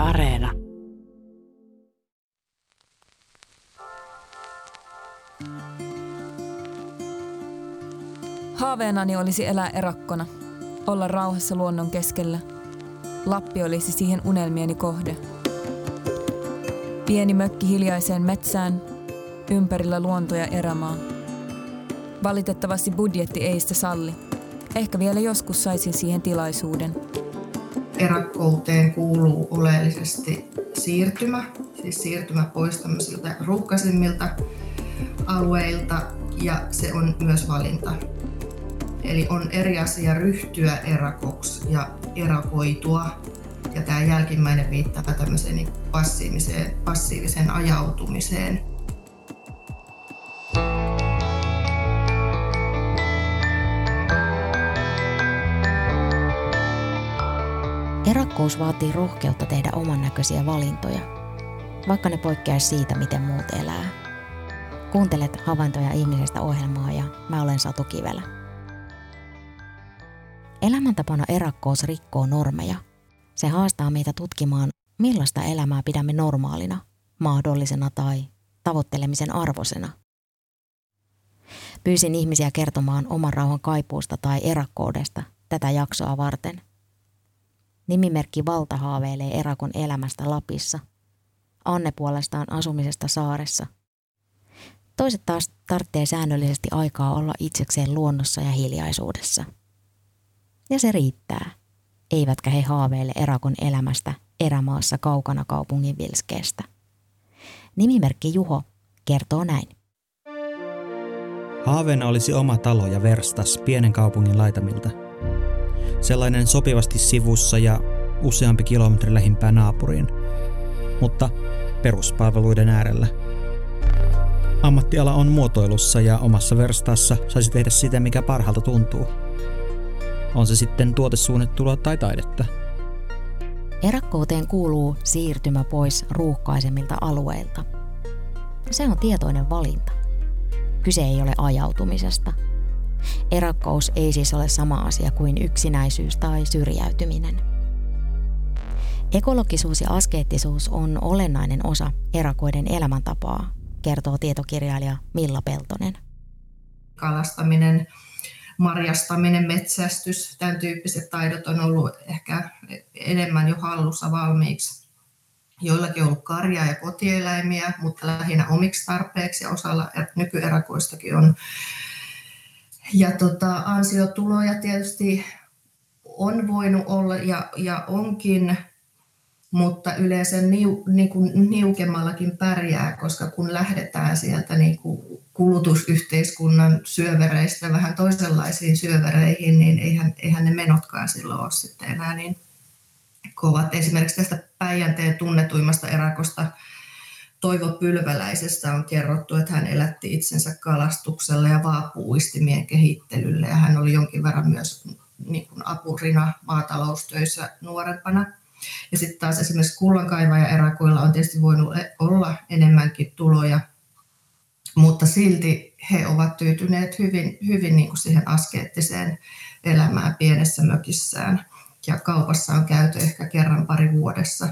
Areena. Haaveenani olisi elää erakkona, olla rauhassa luonnon keskellä. Lappi olisi siihen unelmieni kohde. Pieni mökki hiljaiseen metsään, ympärillä luonto ja erämaa. Valitettavasti budjetti ei sitä salli. Ehkä vielä joskus saisin siihen tilaisuuden. Erakkouteen kuuluu oleellisesti siirtymä, siis siirtymä pois tämmöisiltä ruuhkaisimmilta alueilta, ja se on myös valinta. Eli on eri asia ryhtyä erakoksi ja erakoitua, ja tämä jälkimmäinen viittaa tämmöiseen niin passiiviseen ajautumiseen. Erakkous vaatii rohkeutta tehdä oman näköisiä valintoja, vaikka ne poikkeaisi siitä, miten muut elää. Kuuntelet Havaintoja ihmisestä -ohjelmaa ja mä olen Satu Kivelä. Elämäntapana erakkous rikkoo normeja. Se haastaa meitä tutkimaan, millaista elämää pidämme normaalina, mahdollisena tai tavoittelemisen arvoisena. Pyysin ihmisiä kertomaan oman rauhan kaipuusta tai erakkoudesta tätä jaksoa varten. Nimimerkki Valta haaveilee erakon elämästä Lapissa. Anne puolestaan asumisesta saaressa. Toiset taas tarvitsee säännöllisesti aikaa olla itsekseen luonnossa ja hiljaisuudessa. Ja se riittää. Eivätkä he haaveile erakon elämästä erämaassa kaukana kaupungin vilskeestä. Nimimerkki Juho kertoo näin. Haaveena olisi oma talo ja verstas pienen kaupungin laitamilta. Sellainen sopivasti sivussa ja useampi kilometri lähimpää naapuriin, mutta peruspalveluiden äärellä. Ammattiala on muotoilussa ja omassa verstaassa saisi tehdä sitä, mikä parhaalta tuntuu. On se sitten tuotesuunnittelua tai taidetta. Erakkouteen kuuluu siirtymä pois ruuhkaisemmilta alueilta. Se on tietoinen valinta. Kyse ei ole ajautumisesta. Erakkous ei siis ole sama asia kuin yksinäisyys tai syrjäytyminen. Ekologisuus ja askeettisuus on olennainen osa erakoiden elämäntapaa, kertoo tietokirjailija Milla Peltonen. Kalastaminen, marjastaminen, metsästys, tämän tyyppiset taidot on ollut ehkä enemmän jo hallussa valmiiksi. Joillakin on ollut karjaa ja kotieläimiä, mutta lähinnä omiksi tarpeeksi ja osalla nykyerakoistakin on. Ja ansiotuloja tietysti on voinut olla ja onkin, mutta yleensä niukemmallakin pärjää, koska kun lähdetään sieltä kulutusyhteiskunnan syövereistä vähän toisenlaisiin syövereihin, niin eihän ne menotkaan silloin ole sitten enää niin kovat. Esimerkiksi tästä Päijänteen tunnetuimmasta erakosta Toivo Pylväläisestä on kerrottu, että hän elätti itsensä kalastuksella ja vaapuuistimien kehittelyllä, ja hän oli jonkin verran myös apurina maataloustöissä nuorempana. Ja sitten taas esimerkiksi kullankaivaja-erakoilla on tietysti voinut olla enemmänkin tuloja, mutta silti he ovat tyytyneet hyvin siihen askeettiseen elämään pienessä mökissään. Ja kaupassa on käyty ehkä kerran pari vuodessa.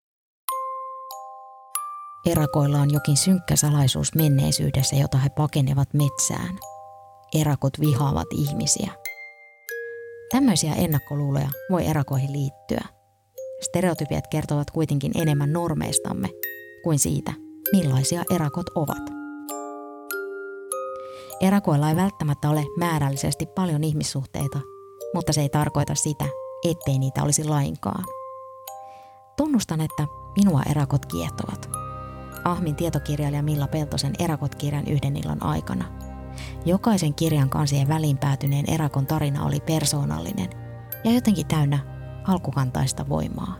Erakoilla on jokin synkkä salaisuus menneisyydessä, jota he pakenevat metsään. Erakot vihaavat ihmisiä. Tämmöisiä ennakkoluuloja voi erakoihin liittyä. Stereotypiat kertovat kuitenkin enemmän normeistamme kuin siitä, millaisia erakot ovat. Erakoilla ei välttämättä ole määrällisesti paljon ihmissuhteita, mutta se ei tarkoita sitä, ettei niitä olisi lainkaan. Tunnustan, että minua erakot kiehtovat. Ahmin tietokirjailija Milla Peltosen Erakot-kirjan yhden illan aikana. Jokaisen kirjan kansien väliin päätyneen erakon tarina oli persoonallinen ja jotenkin täynnä alkukantaista voimaa.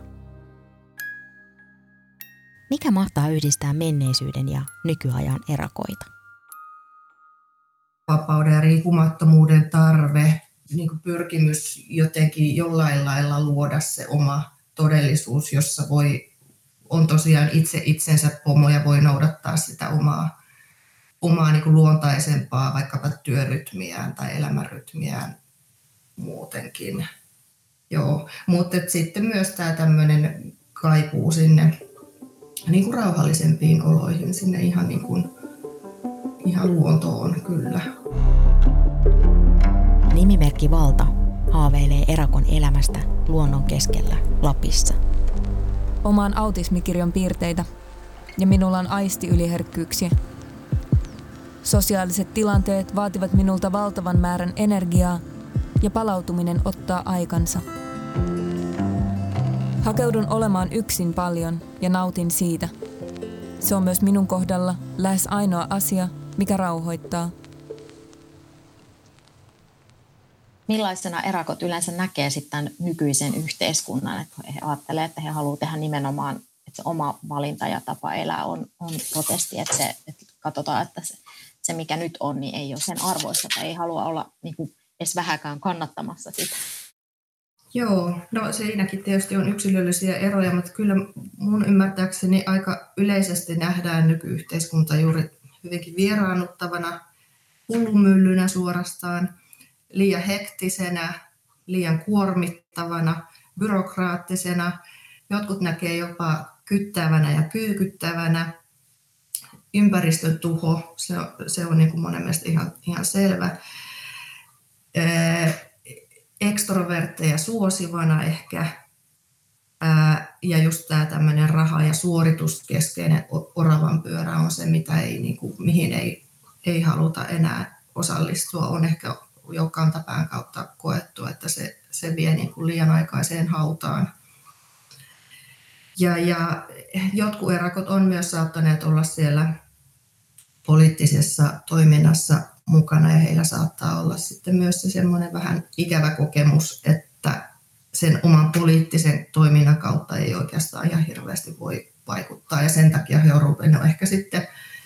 Mikä mahtaa yhdistää menneisyyden ja nykyajan erakoita? Vapauden ja riippumattomuuden tarve, pyrkimys jotenkin jollain lailla luoda se oma todellisuus, jossa on tosiaan itse itsensä pomo ja voi noudattaa sitä omaa luontaisempaa vaikkapa työrytmiään tai elämänrytmiään muutenkin. Joo, mutta sitten myös tämä tämmöinen kaipuu sinne niin kuin rauhallisempiin oloihin, sinne ihan luontoon kyllä. Nimimerkki Valta haaveilee erakon elämästä luonnon keskellä Lapissa. Omaan autismikirjon piirteitä ja minulla on aistiyliherkkyyksiä. Sosiaaliset tilanteet vaativat minulta valtavan määrän energiaa ja palautuminen ottaa aikansa. Hakeudun olemaan yksin paljon ja nautin siitä. Se on myös minun kohdalla lähes ainoa asia, mikä rauhoittaa. Millaisena erakot yleensä näkee sitten nykyisen yhteiskunnan? Että he ajattelee, että he haluavat tehdä nimenomaan, että se oma valinta ja tapa elää on protesti. Että katsotaan, että se mikä nyt on, niin ei ole sen arvoissa tai ei halua olla niin kuin edes vähäkään kannattamassa sitä. Joo, no siinäkin tietysti on yksilöllisiä eroja, mutta kyllä mun ymmärtääkseni aika yleisesti nähdään nykyyhteiskunta juuri hyvinkin vieraannuttavana, hullunmyllynä suorastaan, liian hektisenä, liian kuormittavana, byrokraattisena. Jotkut näkee jopa kyttäävänä ja kyykyttävänä. Ympäristön tuho, se on niin kuin monen mielestä ihan selvä. Ekstrovertteja suosivana ehkä. Ja just tämä tämmöinen raha- ja suorituskeskeinen oravanpyörä on se, mihin ei haluta enää osallistua. On ehkä jo kantapään kautta koettu, että se vie niin kuin liian aikaiseen hautaan. Ja jotkut erakot on myös saattaneet olla siellä poliittisessa toiminnassa mukana ja heillä saattaa olla sitten myös se semmoinen vähän ikävä kokemus, että sen oman poliittisen toiminnan kautta ei oikeastaan ihan hirveästi voi vaikuttaa ja sen takia he on ruvennut ehkä sitten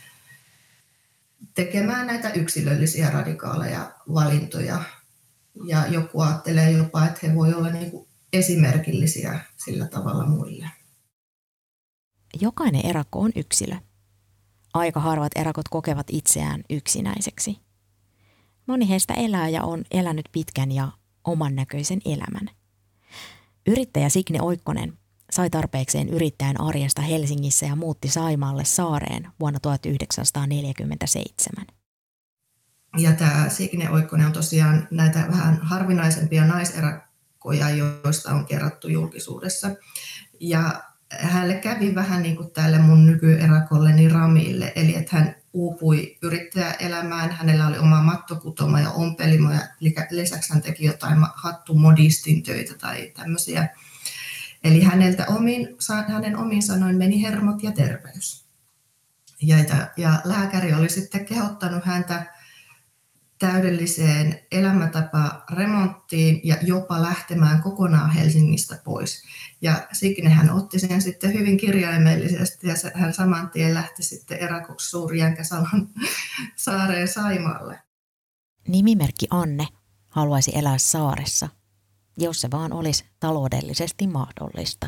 tekemään näitä yksilöllisiä radikaaleja valintoja ja joku ajattelee jopa, että he voi olla niin kuin esimerkillisiä sillä tavalla muille. Jokainen erakko on yksilö. Aika harvat erakot kokevat itseään yksinäiseksi. Moni heistä elää ja on elänyt pitkän ja oman näköisen elämän. Yrittäjä Signe Oikkonen sai tarpeekseen yrittäjän arjesta Helsingissä ja muutti Saimaalle saareen vuonna 1947. Ja tämä Signe Oikkonen on tosiaan näitä vähän harvinaisempia naiserakkoja, joista on kerrottu julkisuudessa. Ja hänelle kävi vähän niin kuin tälle mun nykyerakolleni Ramille, eli että hän uupui yrittäjäelämään, hänellä oli oma mattokutoma ja ompelimo ja lisäksi hän teki jotain hattumodistin töitä tai tämmöisiä. Eli hänen omin sanoin meni hermot ja terveys. Ja lääkäri oli sitten kehottanut häntä täydelliseen elämäntaparemonttiin ja jopa lähtemään kokonaan Helsingistä pois. Ja Signe hän otti sen sitten hyvin kirjaimellisesti ja hän saman tien lähti sitten erakoksi Suuri-Jänkäsalon saareen Saimaalle. Nimimerkki Anne haluaisi elää saaressa, jos se vaan olisi taloudellisesti mahdollista.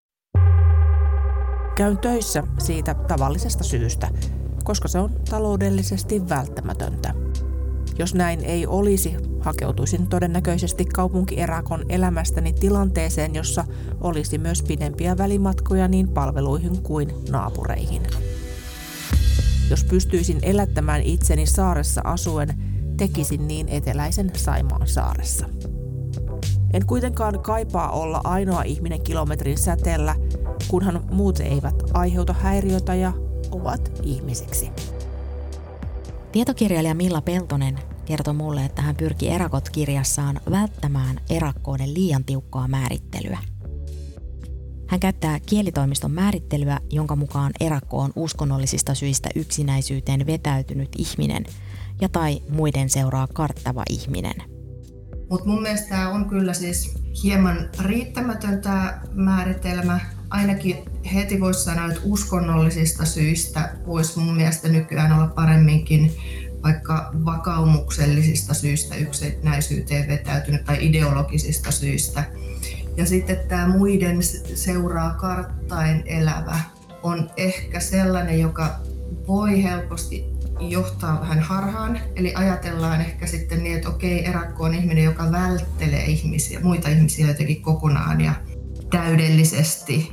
Käyn töissä siitä tavallisesta syystä, koska se on taloudellisesti välttämätöntä. Jos näin ei olisi, hakeutuisin todennäköisesti kaupunkierakon elämästäni tilanteeseen, jossa olisi myös pidempiä välimatkoja niin palveluihin kuin naapureihin. Jos pystyisin elättämään itseni saaressa asuen, tekisin niin eteläisen Saimaan saaressa. En kuitenkaan kaipaa olla ainoa ihminen kilometrin säteellä, kunhan muut eivät aiheuta häiriötä ja ovat ihmisiksi. Tietokirjailija Milla Peltonen kertoi mulle, että hän pyrki Erakot-kirjassaan välttämään erakkoiden liian tiukkaa määrittelyä. Hän käyttää kielitoimiston määrittelyä, jonka mukaan erakko on uskonnollisista syistä yksinäisyyteen vetäytynyt ihminen ja tai muiden seuraa karttava ihminen. Mutta mun mielestä tämä on kyllä siis hieman riittämätön tämä määritelmä. Ainakin heti voisi sanoa, että uskonnollisista syistä voisi mun mielestä nykyään olla paremminkin vaikka vakaumuksellisista syistä yksinäisyyteen vetäytynyt tai ideologisista syistä. Ja sitten tämä muiden seuraa karttaen elävä on ehkä sellainen, joka voi helposti johtaa vähän harhaan. Eli ajatellaan ehkä sitten niin, että okei, erakko on ihminen, joka välttelee muita ihmisiä jotenkin kokonaan ja täydellisesti.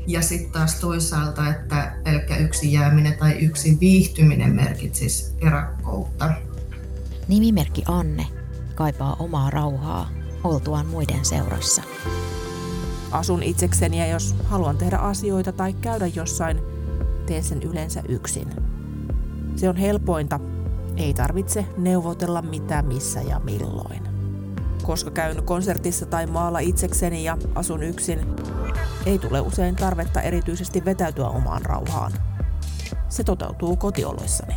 Ja sitten taas toisaalta, että pelkkä yksin jääminen tai yksin viihtyminen merkitsisi erakkoutta. Nimimerkki Anne kaipaa omaa rauhaa oltuaan muiden seurassa. Asun itsekseni ja jos haluan tehdä asioita tai käydä jossain, teen sen yleensä yksin. Se on helpointa, ei tarvitse neuvotella mitä, missä ja milloin. Koska käyn konsertissa tai maalla itsekseni ja asun yksin, ei tule usein tarvetta erityisesti vetäytyä omaan rauhaan. Se toteutuu kotioloissani.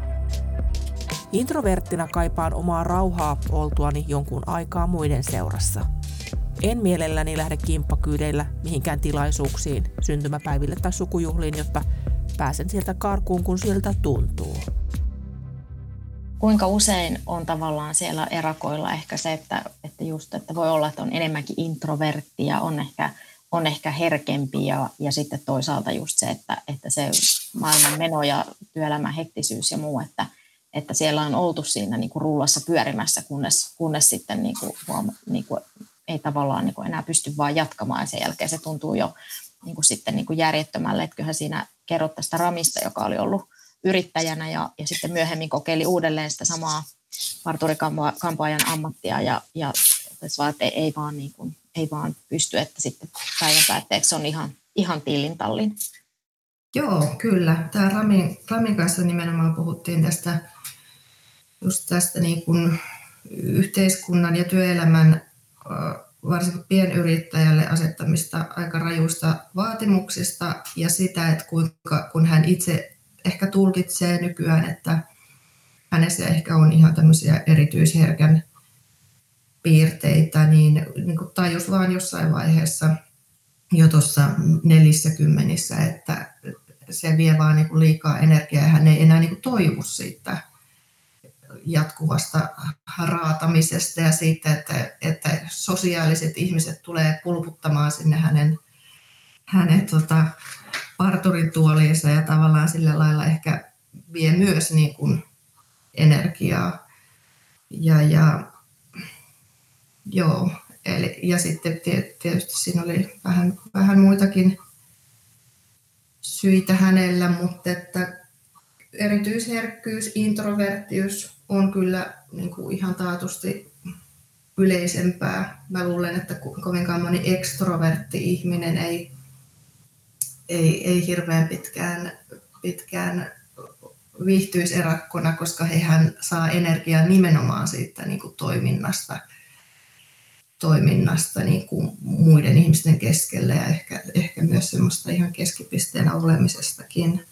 Introverttina kaipaan omaa rauhaa oltuani jonkun aikaa muiden seurassa. En mielelläni lähde kimppakyydeillä mihinkään tilaisuuksiin, syntymäpäiville tai sukujuhliin, jotta pääsen sieltä karkuun, kun siltä tuntuu. Kuinka usein on tavallaan siellä erakoilla ehkä se, että voi olla, että on enemmänkin introvertti ja on ehkä herkempi ja sitten toisaalta just se, että se maailman meno ja työelämän hektisyys ja muu, että siellä on oltu siinä niin kuin rullassa pyörimässä, kunnes sitten ei tavallaan enää pysty vaan jatkamaan ja sen jälkeen se tuntuu jo sitten järjettömälle. Että kyllähän siinä kerrot tästä Ramista, joka oli ollut yrittäjänä ja sitten myöhemmin kokeili uudelleen sitä samaa parturikampaajan ammattia ja vaan, että ei vaan pysty, että sitten päivän päätteeksi se on ihan tillintallin. Joo, kyllä. Tämä Ramin kanssa nimenomaan puhuttiin tästä niin kuin yhteiskunnan ja työelämän varsinkin pienyrittäjälle asettamista aika rajuista vaatimuksista ja sitä, että kun hän itse ehkä tulkitsee nykyään, että hänessä ehkä on ihan tämmöisiä erityisherkän piirteitä, niin kuin tajus vaan jossain vaiheessa jo tuossa 40, että se vie vaan niin kuin liikaa energiaa ja hän ei enää niin kuin toivu siitä jatkuvasta raatamisesta ja siitä, että sosiaaliset ihmiset tulee pulputtamaan sinne hänen parturin tuoliinsa ja tavallaan sillä lailla ehkä vie myös niin kuin energiaa. Ja sitten tietysti siinä oli vähän muitakin syitä hänellä, mutta että erityisherkkyys, introverttius on kyllä niin kuin ihan taatusti yleisempää. Mä luulen, että kovinkaan moni ekstrovertti ihminen ei hirveän pitkään viihtyisi erakkona, koska hehän saa energiaa nimenomaan siitä niin kuin toiminnasta niin kuin muiden ihmisten keskellä ja ehkä myös semmoista ihan keskipisteenä olemisestakin.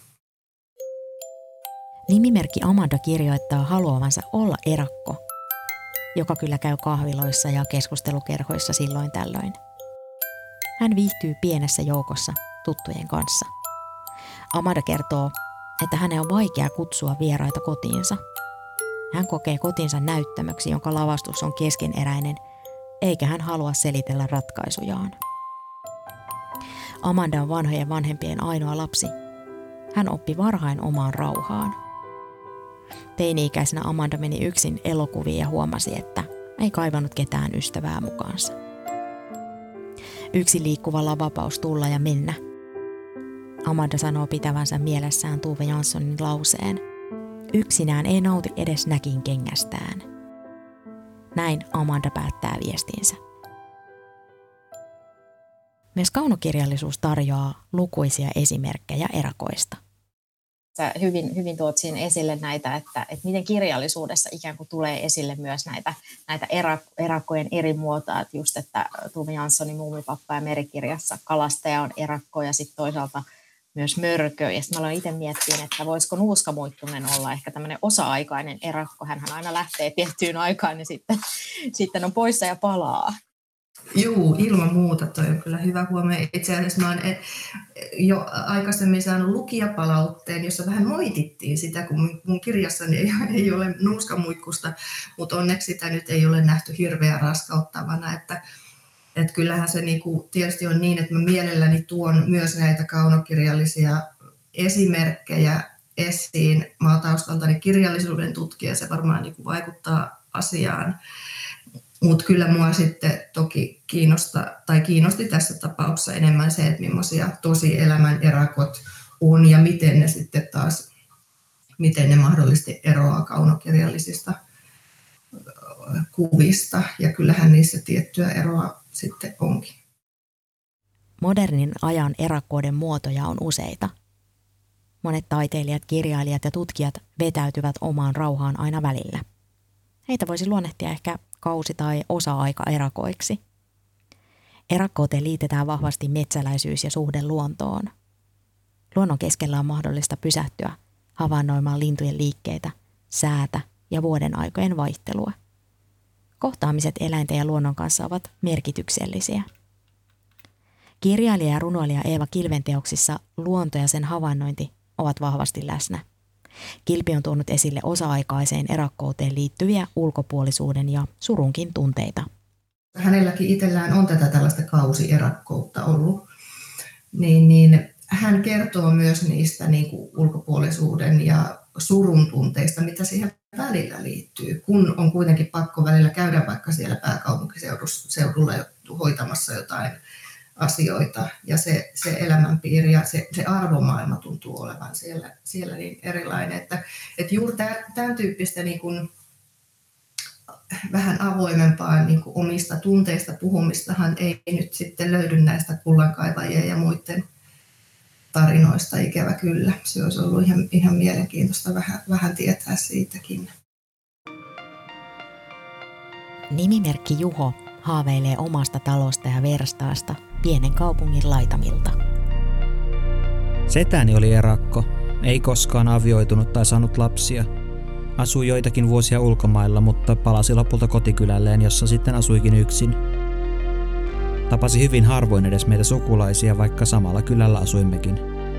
Nimimerkki Amanda kirjoittaa haluavansa olla erakko, joka kyllä käy kahviloissa ja keskustelukerhoissa silloin tällöin. Hän viihtyy pienessä joukossa tuttujen kanssa. Amanda kertoo, että hänen on vaikea kutsua vieraita kotiinsa. Hän kokee kotinsa näyttämöksi, jonka lavastus on keskeneräinen, eikä hän halua selitellä ratkaisujaan. Amanda on vanhojen vanhempien ainoa lapsi. Hän oppi varhain omaan rauhaan. Teini-ikäisenä Amanda meni yksin elokuviin ja huomasi, että ei kaivannut ketään ystävää mukaansa. Yksin liikkuvalla vapaus tulla ja mennä. Amanda sanoo pitävänsä mielessään Tove Janssonin lauseen. Yksinään ei nauti edes näkin kengästään. Näin Amanda päättää viestinsä. Myös kaunokirjallisuus tarjoaa lukuisia esimerkkejä erakoista. Sä hyvin tuot siinä esille näitä, että miten kirjallisuudessa ikään kuin tulee esille myös näitä erakkojen eri muotoja. Että just, että Tove Janssonin Muumipappa ja merikirjassa kalastaja on erakko ja sitten toisaalta myös mörkö. Ja sitten mä aloin itse miettimään, että voisiko Nuuskamuittunen olla ehkä tämmöinen osa-aikainen erakko. Hänhän aina lähtee tiettyyn aikaan ja sitten on poissa ja palaa. Joo, ilman muuta. Toi on kyllä hyvä huomio. Itse asiassa mä oon jo aikaisemmin saanut lukijapalautteen, jossa vähän moitittiin sitä, kun mun kirjassani ei ole nuuskamuikkusta, mutta onneksi sitä nyt ei ole nähty hirveän raskauttavana. Että kyllähän se niinku, tietysti on niin, että mä mielelläni tuon myös näitä kaunokirjallisia esimerkkejä esiin. Mä oon taustaltani kirjallisuuden tutkija, se varmaan niinku vaikuttaa asiaan. Mutta kyllä mua sitten toki kiinnosti tässä tapauksessa enemmän se, että millaisia tosielämän erakot on ja miten ne sitten taas, miten ne mahdollisesti eroaa kaunokirjallisista kuvista. Ja kyllähän niissä tiettyä eroa sitten onkin. Modernin ajan erakkoiden muotoja on useita. Monet taiteilijat, kirjailijat ja tutkijat vetäytyvät omaan rauhaan aina välillä. Heitä voisi luonnehtia ehkä kausi- tai osa-aika-erakoiksi. Erakkouteen liitetään vahvasti metsäläisyys ja suhde luontoon. Luonnon keskellä on mahdollista pysähtyä havainnoimaan lintujen liikkeitä, säätä ja vuoden aikojen vaihtelua. Kohtaamiset eläinten ja luonnon kanssa ovat merkityksellisiä. Kirjailija ja runoilija Eeva Kilven teoksissa luonto ja sen havainnointi ovat vahvasti läsnä. Kilpi on tuonut esille osa-aikaiseen erakkouteen liittyviä ulkopuolisuuden ja surunkin tunteita. Hänelläkin itsellään on tätä tällaista kausierakkoutta ollut. Niin hän kertoo myös niistä niin kuin ulkopuolisuuden ja surun tunteista, mitä siihen välillä liittyy, kun on kuitenkin pakko välillä käydä vaikka siellä pääkaupunkiseudulla hoitamassa jotain asioita. Ja se elämänpiiri ja se arvomaailma tuntuu olevan siellä niin erilainen. Että juuri tämän tyyppistä niin kuin vähän avoimempaa niin kuin omista tunteista puhumistahan ei nyt sitten löydy näistä kullankaivajien ja muiden tarinoista, ikävä kyllä. Se olisi ollut ihan mielenkiintoista vähän tietää siitäkin. Nimimerkki Juho haaveilee omasta talosta ja verstaasta pienen kaupungin laitamilta. Setäni oli erakko, ei koskaan avioitunut tai saanut lapsia. Asui joitakin vuosia ulkomailla, mutta palasi lopulta kotikylälleen, jossa sitten asuikin yksin. Tapasi hyvin harvoin edes meitä sukulaisia, vaikka samalla kylällä asuimmekin.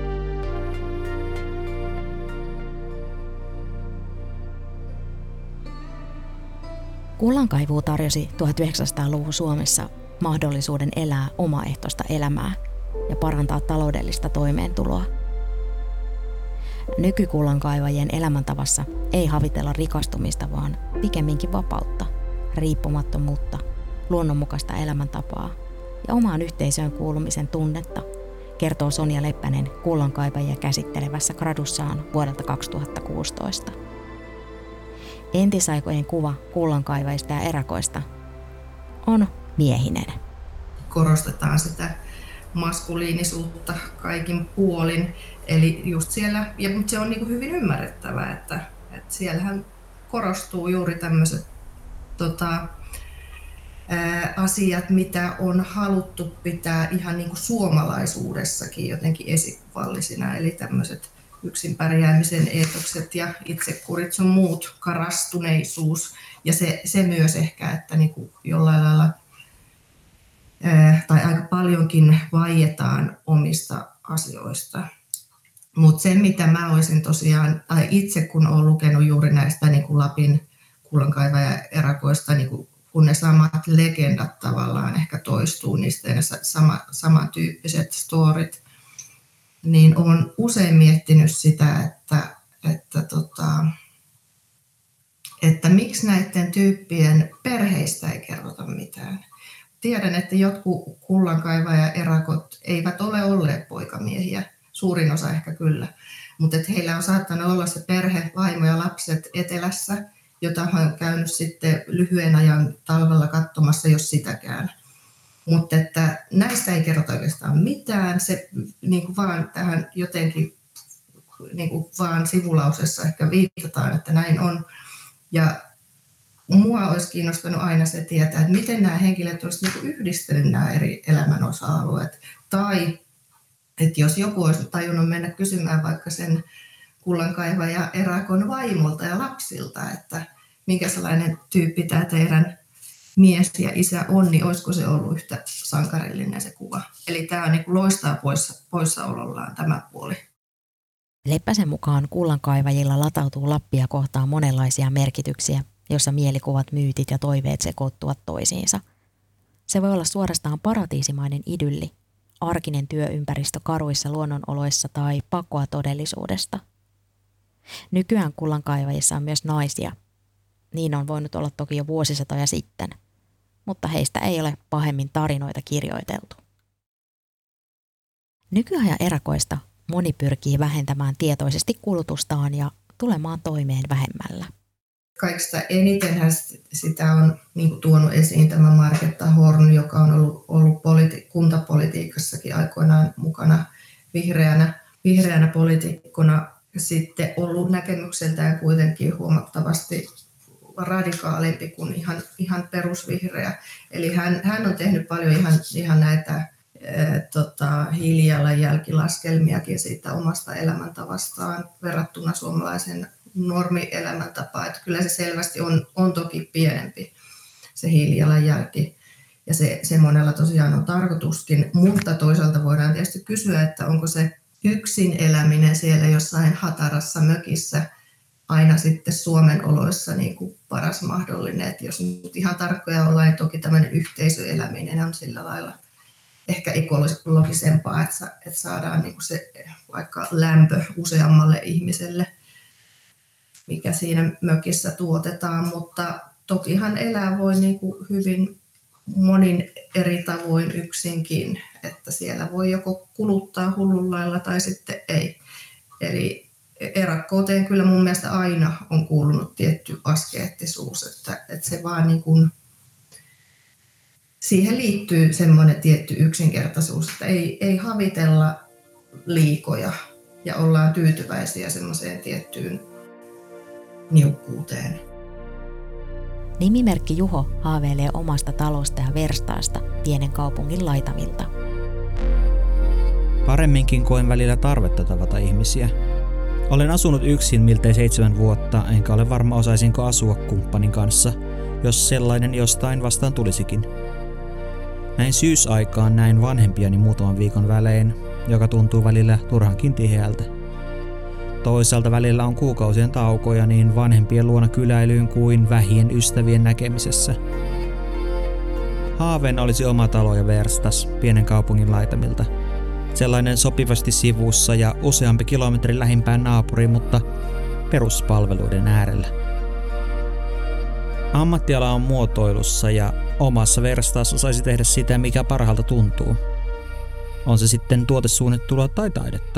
Kullankaivuu tarjosi 1900-luvun Suomessa mahdollisuuden elää omaehtoista elämää ja parantaa taloudellista toimeentuloa. Nykykullankaivajien elämäntavassa ei havitella rikastumista, vaan pikemminkin vapautta, riippumattomuutta, luonnonmukaista elämäntapaa ja omaan yhteisöön kuulumisen tunnetta, kertoo Sonja Leppänen kullankaivajia käsittelevässä gradussaan vuodelta 2016. Entisaikojen kuva kullankaivajista ja erakoista on miehinen. Korostetaan sitä maskuliinisuutta kaikin puolin. Eli just siellä, mutta se on niin kuin hyvin ymmärrettävää, että siellähän korostuu juuri tämmöiset asiat, mitä on haluttu pitää ihan niin kuin suomalaisuudessakin jotenkin esikuvallisina. Eli tämmöiset yksin pärjäämisen eetokset ja itsekurit sun muut, karastuneisuus ja se myös ehkä, että niin kuin jollain lailla tai aika paljonkin vaietaan omista asioista. Mutta se, mitä mä olisin tosiaan, tai itse kun olen lukenut juuri näistä niin kuin Lapin kullankaivajaerakoista, niin kun ne samat legendat tavallaan ehkä toistuu niistä ja ne samantyyppiset storit, niin olen usein miettinyt sitä, että miksi näiden tyyppien perheistä ei kerrota mitään. Tiedän, että jotkut kullankaivajaerakot eivät ole olleet poikamiehiä, suurin osa ehkä kyllä, mutta että heillä on saattanut olla se perhe, vaimo ja lapset etelässä, jota on käynyt sitten lyhyen ajan talvella katsomassa, jos sitäkään. Mutta että näistä ei kerrota oikeastaan mitään, se niin kuin vaan tähän jotenkin niin kuin vaan sivulausessa ehkä viitataan, että näin on. Ja mua olisi kiinnostanut aina se tietää, että miten nämä henkilöt olisivat niin yhdistänyt nämä eri elämän osa-alueet. Tai että jos joku olisi tajunnut mennä kysymään vaikka sen kullankaivaja erakon vaimolta ja lapsilta, että minkä sellainen tyyppi tämä teidän mies ja isä on, niin olisiko se ollut yhtä sankarillinen se kuva. Eli tämä on niin kuin loistaa poissaolollaan tämä puoli. Leppäsen mukaan kullankaivajilla latautuu Lappia kohtaan monenlaisia merkityksiä, jossa mielikuvat, myytit ja toiveet sekoittuvat toisiinsa. Se voi olla suorastaan paratiisimainen idylli, arkinen työympäristö karuissa luonnonoloissa tai pakoa todellisuudesta. Nykyään kullankaivajissa on myös naisia. Niin on voinut olla toki jo vuosisatoja sitten. mutta heistä ei ole pahemmin tarinoita kirjoiteltu. Nykyajan erakoista moni pyrkii vähentämään tietoisesti kulutustaan ja tulemaan toimeen vähemmällä. Kaikista enitenhän sitä on niin tuonut esiin tämä Marketta Horn, joka on ollut kuntapolitiikassakin aikoinaan mukana vihreänä poliitikkona. Sitten ollut näkemykseltään kuitenkin huomattavasti radikaalimpi kuin ihan perusvihreä. Eli hän on tehnyt paljon ihan näitä hiilijalanjälkilaskelmiakin siitä omasta elämäntavastaan verrattuna suomalaisen normielämäntapaan. Että kyllä se selvästi on toki pienempi se hiilijalanjälki ja se monella tosiaan on tarkoituskin, mutta toisaalta voidaan tietysti kysyä, että onko se yksin eläminen siellä jossain hatarassa mökissä aina sitten Suomen oloissa niin kuin paras mahdollinen. Että jos nyt ihan tarkkoja ollaan, niin toki tämmöinen yhteisöeläminen on sillä lailla ehkä ekologisempaa, että saadaan niin kuin se vaikka lämpö useammalle ihmiselle, mikä siinä mökissä tuotetaan, mutta tokihan elää voi niin kuin hyvin monin eri tavoin yksinkin, että siellä voi joko kuluttaa hullun lailla tai sitten ei. Eli erakkouteen kyllä mun mielestä aina on kuulunut tietty askeettisuus, että se vaan niin kuin, siihen liittyy semmoinen tietty yksinkertaisuus, että ei havitella liikoja ja ollaan tyytyväisiä semmoiseen tiettyyn niukkuuteen. Nimimerkki Juho haaveilee omasta talosta ja verstaasta pienen kaupungin laitamilta. Paremminkin koen välillä tarvetta tavata ihmisiä. Olen asunut yksin miltei 7 vuotta, enkä ole varma osaisinko asua kumppanin kanssa, jos sellainen jostain vastaan tulisikin. Näin syysaikaan näin vanhempiani muutaman viikon välein, joka tuntuu välillä turhankin tiheältä. Toisaalta välillä on kuukausien taukoja niin vanhempien luona kyläilyyn kuin vähien ystävien näkemisessä. Haaveena olisi oma talo ja verstas pienen kaupungin laitamilta. Sellainen sopivasti sivussa ja useampi kilometri lähimpään naapuriin, mutta peruspalveluiden äärellä. Ammattiala on muotoilussa ja omassa verstaassa saisi tehdä sitä, mikä parhaalta tuntuu. On se sitten tuotesuunnittelua tai taidetta.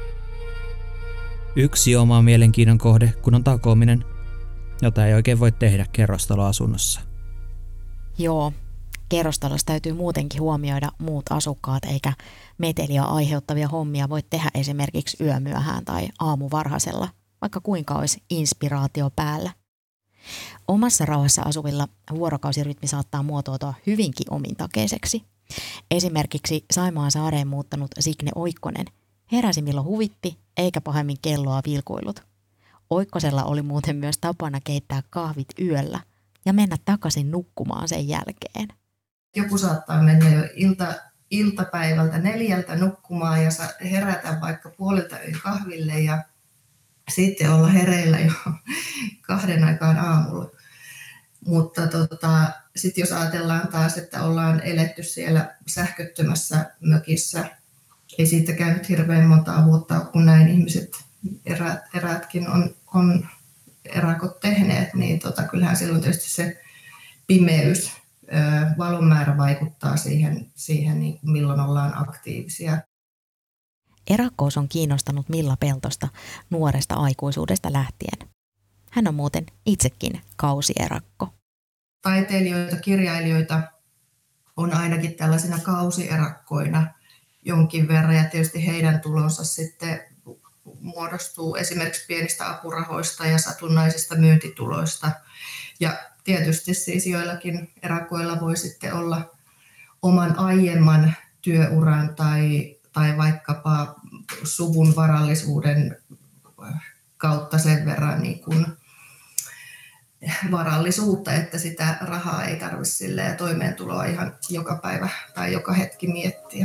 Yksi oma mielenkiinnon kohde, kun on takominen, jota ei oikein voi tehdä kerrostaloasunnossa. Joo, kerrostalossa täytyy muutenkin huomioida muut asukkaat, eikä meteliä aiheuttavia hommia voi tehdä esimerkiksi yömyöhään tai aamuvarhaisella, vaikka kuinka olisi inspiraatio päällä. Omassa rauhassa asuvilla vuorokausirytmi saattaa muotoutua hyvinkin omintakeiseksi. Esimerkiksi Saimaan saareen muuttanut Signe Oikkonen heräsi milloin huvitti, eikä pahemmin kelloa vilkuillut. Oikkosella oli muuten myös tapana keittää kahvit yöllä ja mennä takaisin nukkumaan sen jälkeen. Joku saattaa mennä jo iltapäivältä 4 nukkumaan ja herätä vaikka 2:30 kahville ja sitten olla hereillä jo 2 aikaan aamulla. Mutta sitten jos ajatellaan taas, että ollaan eletty siellä sähköttömässä mökissä, ei siitä käynyt hirveän montaa vuotta, kun näin ihmiset eräätkin on erakot tehneet, niin kyllähän silloin tietysti se pimeys, valon määrä vaikuttaa siihen niin kuin milloin ollaan aktiivisia. Erakkous on kiinnostanut Milla Peltosta nuoresta aikuisuudesta lähtien. Hän on muuten itsekin kausierakko. Taiteilijoita, kirjailijoita on ainakin tällaisina kausierakkoina jonkin verran ja tietysti heidän tulonsa sitten muodostuu esimerkiksi pienistä apurahoista ja satunnaisista myyntituloista. Ja tietysti siis joillakin erakoilla voi sitten olla oman aiemman työuran tai vaikkapa suvun varallisuuden kautta sen verran niin kuin varallisuutta, että sitä rahaa ei tarvitse silleen toimeentuloa ihan joka päivä tai joka hetki miettiä.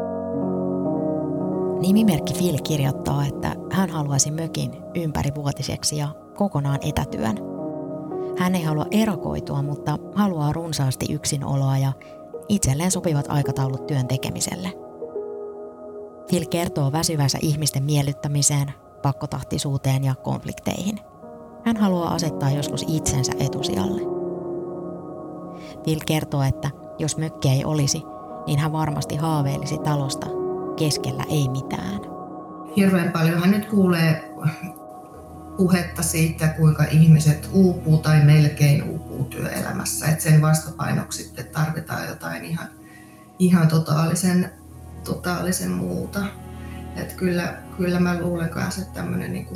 Nimimerkki Phil kirjoittaa, että hän haluaisi mökin ympärivuotiseksi ja kokonaan etätyön. Hän ei halua erakoitua, mutta haluaa runsaasti yksinoloa ja itselleen sopivat aikataulut työn tekemiselle. Phil kertoo väsyvänsä ihmisten miellyttämiseen, pakkotahtisuuteen ja konflikteihin. Hän haluaa asettaa joskus itsensä etusijalle. Till kertoo, että jos mökkiä ei olisi, niin hän varmasti haaveilisi talosta keskellä ei mitään. Hirveän paljonhan nyt kuulee puhetta siitä, kuinka ihmiset uupuu tai melkein uupuu työelämässä. Että sen vastapainoksi sitten tarvitaan jotain ihan totaalisen muuta. Että kyllä mä luulen kanssa, että tämmöinen niin kuin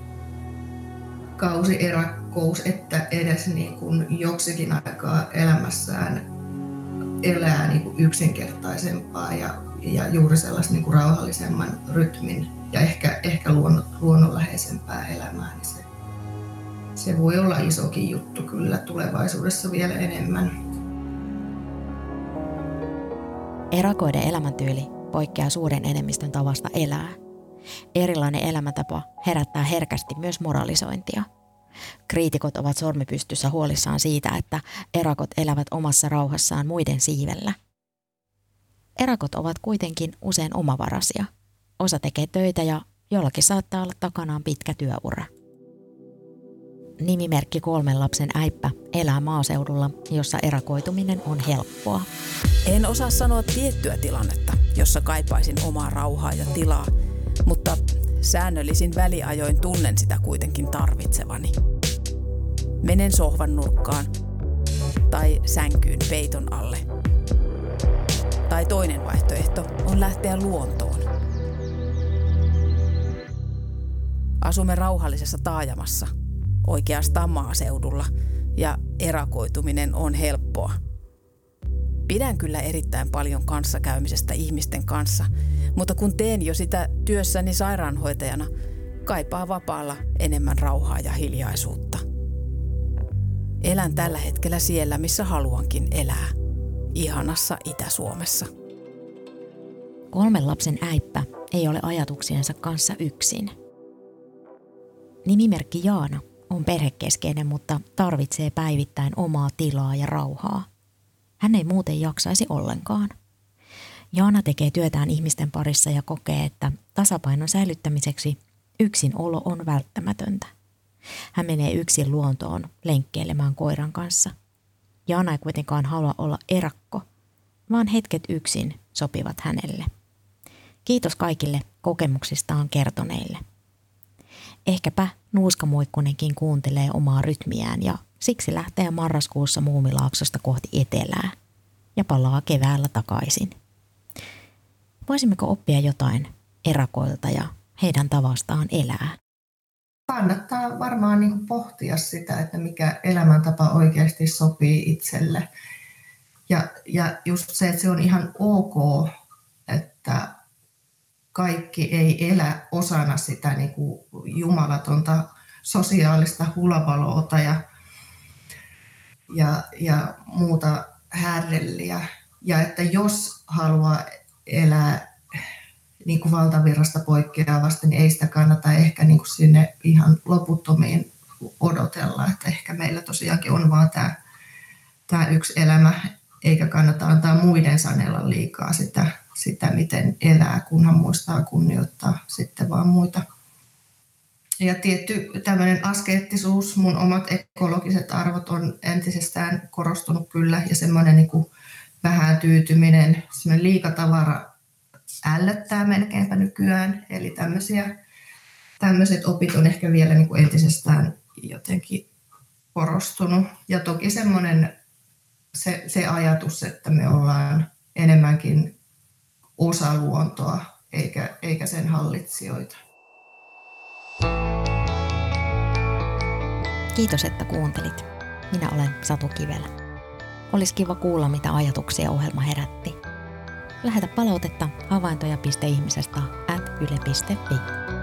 kausieräkkous, että edes niin kuin joksikin aikaa elämässään elää niin kuin yksinkertaisempaa ja juuri sellaista niin kuin rauhallisemman rytmin ja ehkä luonnonläheisempää elämää, niin se voi olla isokin juttu kyllä tulevaisuudessa vielä enemmän. Erakoiden elämäntyyli poikkeaa suuren enemmistön tavasta elää. Erilainen elämäntapa herättää herkästi myös moralisointia. Kriitikot ovat sormipystyssä huolissaan siitä, että erakot elävät omassa rauhassaan muiden siivellä. Erakot ovat kuitenkin usein omavaraisia. Osa tekee töitä ja jollakin saattaa olla takanaan pitkä työura. Nimimerkki 3 lapsen äippä elää maaseudulla, jossa erakoituminen on helppoa. En osaa sanoa tiettyä tilannetta, jossa kaipaisin omaa rauhaa ja tilaa, mutta säännöllisin väliajoin tunnen sitä kuitenkin tarvitsevani. Menen sohvan nurkkaan tai sänkyyn peiton alle. Tai toinen vaihtoehto on lähteä luontoon. Asumme rauhallisessa taajamassa, oikeastaan maaseudulla, ja erakoituminen on helppoa. Pidän kyllä erittäin paljon kanssakäymisestä ihmisten kanssa, mutta kun teen jo sitä työssäni sairaanhoitajana, kaipaa vapaalla enemmän rauhaa ja hiljaisuutta. Elän tällä hetkellä siellä, missä haluankin elää, ihanassa Itä-Suomessa. 3 lapsen äippä ei ole ajatuksiensa kanssa yksin. Nimimerkki Jaana on perhekeskeinen, mutta tarvitsee päivittäin omaa tilaa ja rauhaa. Hän ei muuten jaksaisi ollenkaan. Jaana tekee työtään ihmisten parissa ja kokee, että tasapainon säilyttämiseksi yksinolo on välttämätöntä. Hän menee yksin luontoon lenkkeilemään koiran kanssa. Jaana ei kuitenkaan halua olla erakko, vaan hetket yksin sopivat hänelle. Kiitos kaikille kokemuksistaan kertoneille. Ehkäpä nuuskamuikkunenkin kuuntelee omaa rytmiään ja siksi lähtee marraskuussa Muumilaaksosta kohti etelää ja palaa keväällä takaisin. Voisimmeko oppia jotain erakoilta ja heidän tavastaan elää? Kannattaa varmaan niin kuin pohtia sitä, että mikä elämäntapa oikeasti sopii itselle. Ja just se, että se on ihan ok, että kaikki ei elä osana sitä niin kuin jumalatonta sosiaalista hulabaloota ja muuta härdelliä. Ja että jos haluaa elää niin kuin valtavirrasta poikkeavasti, niin ei sitä kannata ehkä niin kuin sinne ihan loputtomiin odotella. Että ehkä meillä tosiaankin on vaan tämä yksi elämä, eikä kannata antaa muiden sanella liikaa sitä, miten elää, kunhan muistaa kunnioittaa sitten vaan muita. Ja tietty tämmöinen askeettisuus, mun omat ekologiset arvot on entisestään korostunut kyllä, ja semmoinen niin kuin vähän tyytyminen, semmoinen liikatavara ällöttää melkeinpä nykyään, eli tämmöiset opit on ehkä vielä niin kuin entisestään jotenkin korostunut. Ja toki semmoinen se ajatus, että me ollaan enemmänkin osa luontoa eikä sen hallitsijoita. Kiitos, että kuuntelit. Minä olen Satu Kivelä. Olisi kiva kuulla, mitä ajatuksia ohjelma herätti. Lähetä palautetta havaintoja.ihmisestä@yle.fi.